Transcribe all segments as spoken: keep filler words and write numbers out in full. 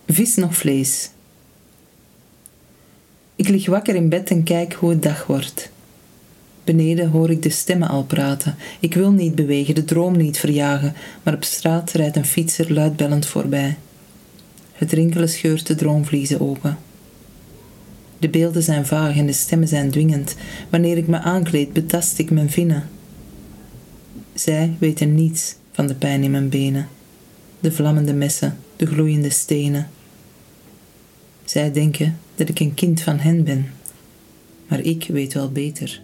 Vis nog vlees. Ik lig wakker in bed en kijk hoe het dag wordt. Beneden hoor ik de stemmen al praten. Ik wil niet bewegen, de droom niet verjagen, maar op straat rijdt een fietser luidbellend voorbij. Het rinkelen scheurt de droomvliezen open. De beelden zijn vaag en de stemmen zijn dwingend. Wanneer ik me aankleed, betast ik mijn vinnen. Zij weten niets van de pijn in mijn benen, de vlammende messen, de gloeiende stenen. Zij denken dat ik een kind van hen ben, maar ik weet wel beter.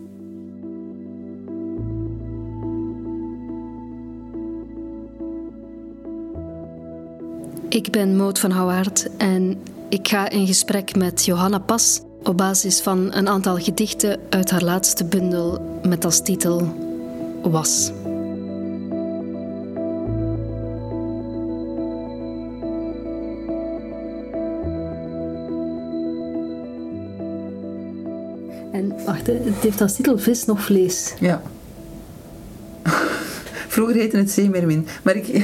Ik ben Maud van Houwaert en ik ga in gesprek met Johanna Pas op basis van een aantal gedichten uit haar laatste bundel met als titel Was. En wacht, het heeft als titel Vis nog vlees. Ja. Vroeger heette het zeemeermin, maar ik...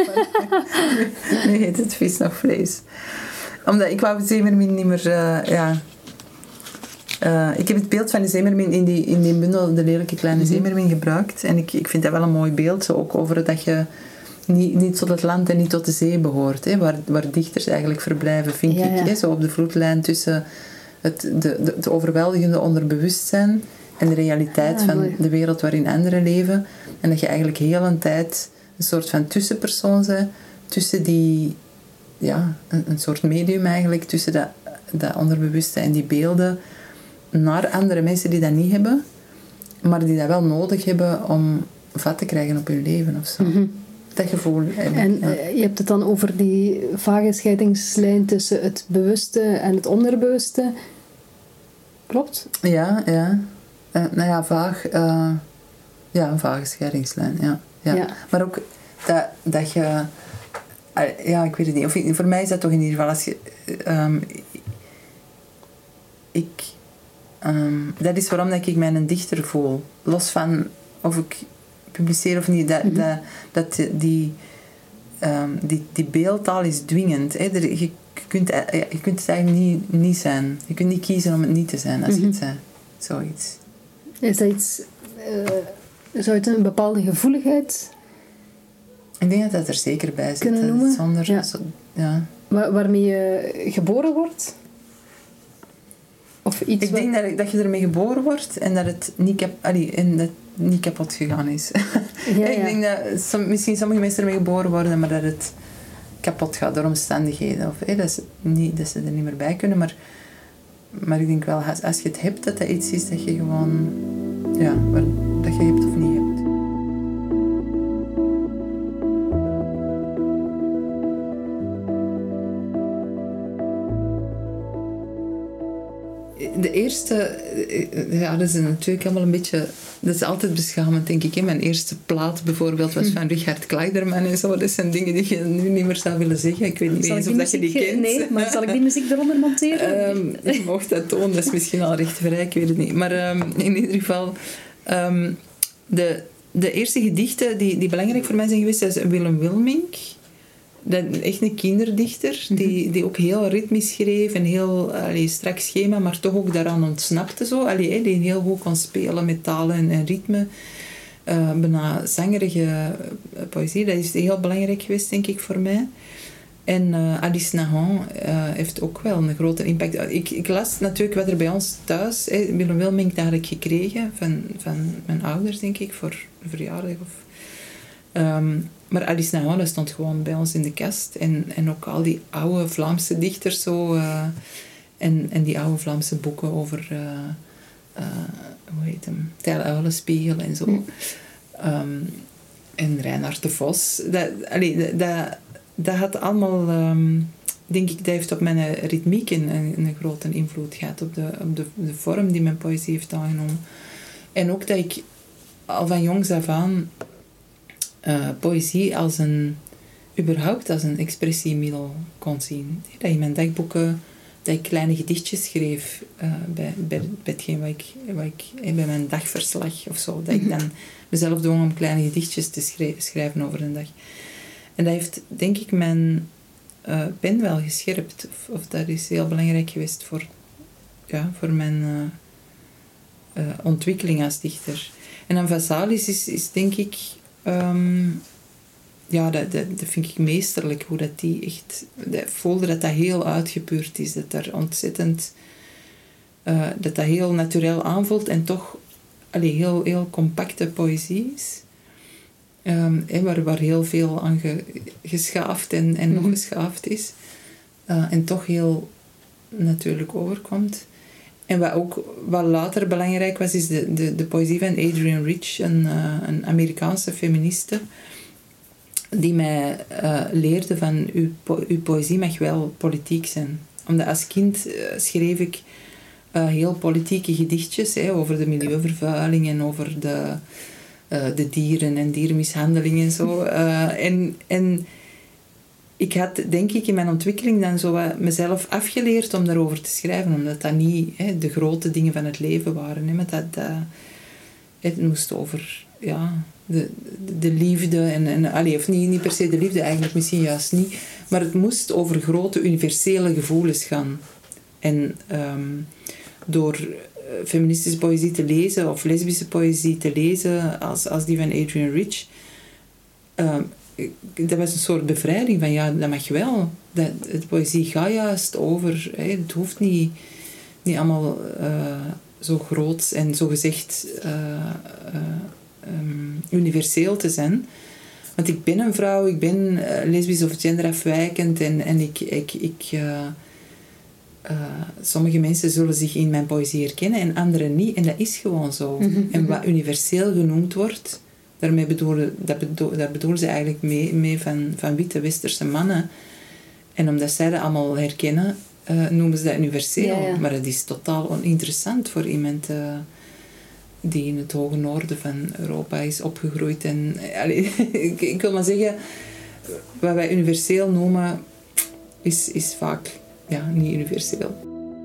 nu heet het vis nog vlees. Omdat ik wou het zeemeermin niet meer... Uh, ja. Uh, ik heb het beeld van de zeemeermin in die, in die bundel, de lelijke kleine mm-hmm. zeemeermin, gebruikt. En ik, ik vind dat wel een mooi beeld. Zo ook over dat je niet, niet tot het land en niet tot de zee behoort. Hè, waar, waar dichters eigenlijk verblijven, vind ja, ik. Ja. Hè, zo op de vloedlijn tussen het, de, de, het overweldigende onderbewustzijn en de realiteit ja, van mooi. De wereld waarin anderen leven. En dat je eigenlijk heel een tijd een soort van tussenpersoon bent. Tussen die... Ja, een, een soort medium eigenlijk. Tussen dat, dat onderbewuste en die beelden. Naar andere mensen die dat niet hebben. Maar die dat wel nodig hebben om vat te krijgen op hun leven of zo. Mm-hmm. Dat gevoel. En ja. Je hebt het dan over die vage scheidingslijn tussen het bewuste en het onderbewuste. Klopt? Ja, ja. Uh, nou ja, vaag... Uh, ja, een vage scheidingslijn, ja. ja. ja. Maar ook dat, dat je... Uh, ja, ik weet het niet. Of, voor mij is dat toch in ieder geval... Als je, um, ik... Um, dat is waarom dat ik mij een dichter voel. Los van of ik publiceer of niet. Dat, mm-hmm. dat, dat die, um, die, die beeldtaal is dwingend. Hè. Er, je, kunt, je kunt het eigenlijk niet, niet zijn. Je kunt niet kiezen om het niet te zijn als mm-hmm. je het zei. Zoiets. Is dat iets... Uh, zou het een bepaalde gevoeligheid... Ik denk dat dat er zeker bij zit. Kunnen noemen? Zonder, ja. zo, ja. Waar, waarmee je geboren wordt? Of iets ik denk wat... dat, dat je ermee geboren wordt en dat het niet, kap, allee, en dat niet kapot gegaan is. Ja, ja. Ik denk dat som, misschien sommige mensen ermee geboren worden, maar dat het kapot gaat door omstandigheden. Of hé, dat, ze niet, dat ze er niet meer bij kunnen. Maar, maar ik denk wel, als, als je het hebt, dat dat iets is dat je gewoon... Ja, waar, dat je hebt of niet hebt. De eerste, ja, dat is natuurlijk allemaal een beetje, dat is altijd beschamend, denk ik. Hè? Mijn eerste plaat bijvoorbeeld was van Richard Kleiderman en zo. Dat zijn dingen die je nu niet meer zou willen zeggen. Ik weet niet zal eens of dat je die kent. Nee, maar zal ik die muziek eronder monteren? Um, je mocht dat tonen, dat is misschien al recht vrij, ik weet het niet. Maar um, in ieder geval, um, de, de eerste gedichten die, die belangrijk voor mij zijn geweest, dat is Willem Wilmink. Dat is echt een kinderdichter, die, die ook heel ritmisch schreef en heel allee, strak schema, maar toch ook daaraan ontsnapte. Zo. Allee, die heel goed kon spelen met talen en, en ritme. Uh, bijna zangerige uh, poëzie, dat is heel belangrijk geweest, denk ik, voor mij. En uh, Alice Nahon uh, heeft ook wel een grote impact. Ik, ik las natuurlijk wat er bij ons thuis... Hè, Willem Wilmink, dat had ik gekregen van, van mijn ouders, denk ik, voor een verjaardag of... Um, maar Alice Nahon, dat stond gewoon bij ons in de kast. En, en ook al die oude Vlaamse dichters zo. Uh, en, en die oude Vlaamse boeken over... Uh, uh, hoe heet hem? Tijl Uilenspiegel en zo. Mm. Um, en Reinhard de Vos. Dat, allee, dat, dat, dat had allemaal... Um, denk ik, dat heeft op mijn ritmiek een, een grote invloed gehad. Op, de, op de, de vorm die mijn poëzie heeft aangenomen. En ook dat ik al van jongs af aan... Uh, poëzie als een, überhaupt als een expressiemiddel kon zien. Dat in mijn dagboeken, dat ik kleine gedichtjes schreef uh, bij, bij, bij hetgeen wat ik, wat ik eh, bij mijn dagverslag of zo. Dat ik dan mezelf dwong om kleine gedichtjes te schrijven over een dag. En dat heeft, denk ik, mijn uh, pen wel gescherpt. Of, of dat is heel belangrijk geweest voor, ja, voor mijn uh, uh, ontwikkeling als dichter. En dan Vazalis is, is denk ik... Um, ja, dat, dat, dat vind ik meesterlijk. Hoe dat die echt... Dat voelde dat dat heel uitgepuurd is. Dat daar ontzettend... Uh, dat dat heel natuurlijk aanvoelt en toch allee, heel, heel compacte poëzie is. Um, eh, waar, waar heel veel aan ge, geschaafd en, en mm-hmm. nog geschaafd is. Uh, en toch heel natuurlijk overkomt. En wat ook wat later belangrijk was, is de, de, de poëzie van Adrienne Rich, een, uh, een Amerikaanse feministe, die mij uh, leerde van uw, po- uw poëzie mag wel politiek zijn. Omdat als kind uh, schreef ik uh, heel politieke gedichtjes hè, over de milieuvervuiling en over de, uh, de dieren en dierenmishandeling en zo. Uh, en, en ik had, denk ik, in mijn ontwikkeling dan zo wat mezelf afgeleerd om daarover te schrijven, omdat dat niet hè, de grote dingen van het leven waren. Hè, maar dat, dat, het moest over ja, de, de liefde, en, en, allee, of niet, niet per se de liefde, eigenlijk misschien juist niet, maar het moest over grote universele gevoelens gaan. En um, door feministische poëzie te lezen, of lesbische poëzie te lezen, als, als die van Adrienne Rich, um, dat was een soort bevrijding van ja, dat mag wel. Dat, de poëzie gaat juist over. Hè, het hoeft niet, niet allemaal uh, zo groot en zo gezegd uh, uh, um, universeel te zijn. Want ik ben een vrouw, ik ben uh, lesbisch of genderafwijkend en, en ik... ik, ik uh, uh, sommige mensen zullen zich in mijn poëzie herkennen en anderen niet. En dat is gewoon zo. Mm-hmm. En wat universeel genoemd wordt... Daarmee bedoelen, dat bedoel, daar bedoelen ze eigenlijk mee, mee van, van witte westerse mannen. En omdat zij dat allemaal herkennen, uh, noemen ze dat universeel. Ja, ja. Maar het is totaal oninteressant voor iemand uh, die in het hoge noorden van Europa is opgegroeid. En, allee, ik, ik wil maar zeggen, wat wij universeel noemen, is, is vaak ja, niet universeel.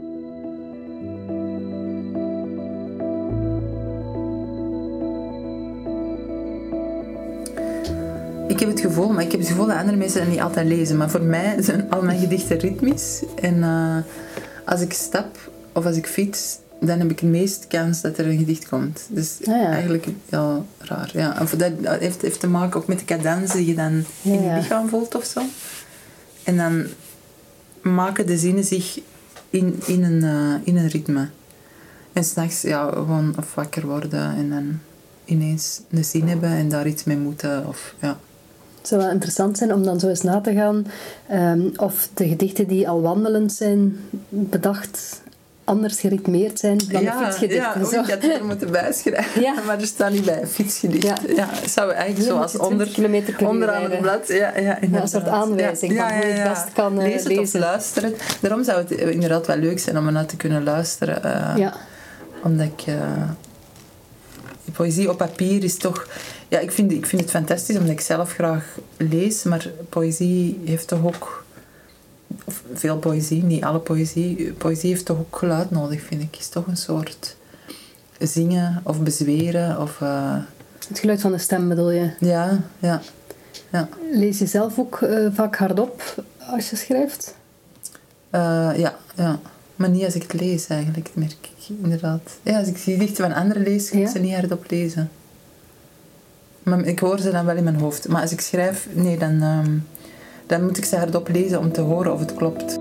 Ik heb het gevoel, maar ik heb het gevoel dat andere mensen dat niet altijd lezen. Maar voor mij zijn al mijn gedichten ritmisch. En uh, als ik stap of als ik fiets, dan heb ik het meest kans dat er een gedicht komt. Dus ah, ja. eigenlijk heel raar. Ja. Of dat heeft, heeft te maken ook met de cadans die je dan ja, in je lichaam voelt of zo. En dan maken de zinnen zich in, in, een, uh, in een ritme. En s'nachts ja, gewoon of wakker worden en dan ineens een zin hebben en daar iets mee moeten. Of, ja. Het zou wel interessant zijn om dan zo eens na te gaan um, of de gedichten die al wandelend zijn bedacht anders geritmeerd zijn dan ja, de fietsgedichten. Ja, zo. Ik had het er moeten bijschrijven, ja. maar er staat niet bij een fietsgedicht. Ja. Ja, zou eigenlijk ja, zoals onder, onderaan het blad. Ja, ja, ja, een soort aanwijzing ja, van hoe je het best kan uh, lezen. Lees het of luisteren. Daarom zou het inderdaad wel leuk zijn om er naar te kunnen luisteren. Uh, ja. Omdat ik... Uh, poëzie op papier is toch... Ja, ik vind, ik vind het fantastisch omdat ik zelf graag lees, maar poëzie heeft toch ook... Of veel poëzie, niet alle poëzie. Poëzie heeft toch ook geluid nodig, vind ik. Is toch een soort zingen of bezweren of... Uh... Het geluid van de stem bedoel je? Ja, ja. ja. Lees je zelf ook uh, vaak hardop als je schrijft? Uh, ja, ja. Maar niet als ik het lees eigenlijk, merk ik inderdaad. Ja, als ik gedichten van anderen lees, kan ik ja? ze niet hardop lezen. Maar ik hoor ze dan wel in mijn hoofd. Maar als ik schrijf, nee, dan, um, dan moet ik ze hardop lezen om te horen of het klopt.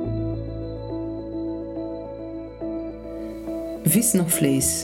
Vis nog vlees.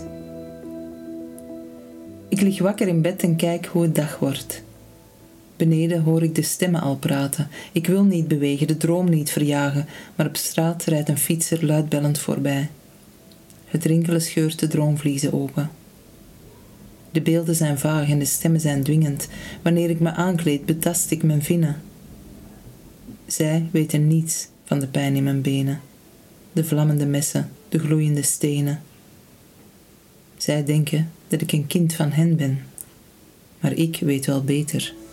Ik lig wakker in bed en kijk hoe het dag wordt. Beneden hoor ik de stemmen al praten. Ik wil niet bewegen, de droom niet verjagen, maar op straat rijdt een fietser luidbellend voorbij. Het rinkelen scheurt de droomvliezen open. De beelden zijn vaag en de stemmen zijn dwingend. Wanneer ik me aankleed, betast ik mijn vinnen. Zij weten niets van de pijn in mijn benen, de vlammende messen, de gloeiende stenen. Zij denken dat ik een kind van hen ben, maar ik weet wel beter.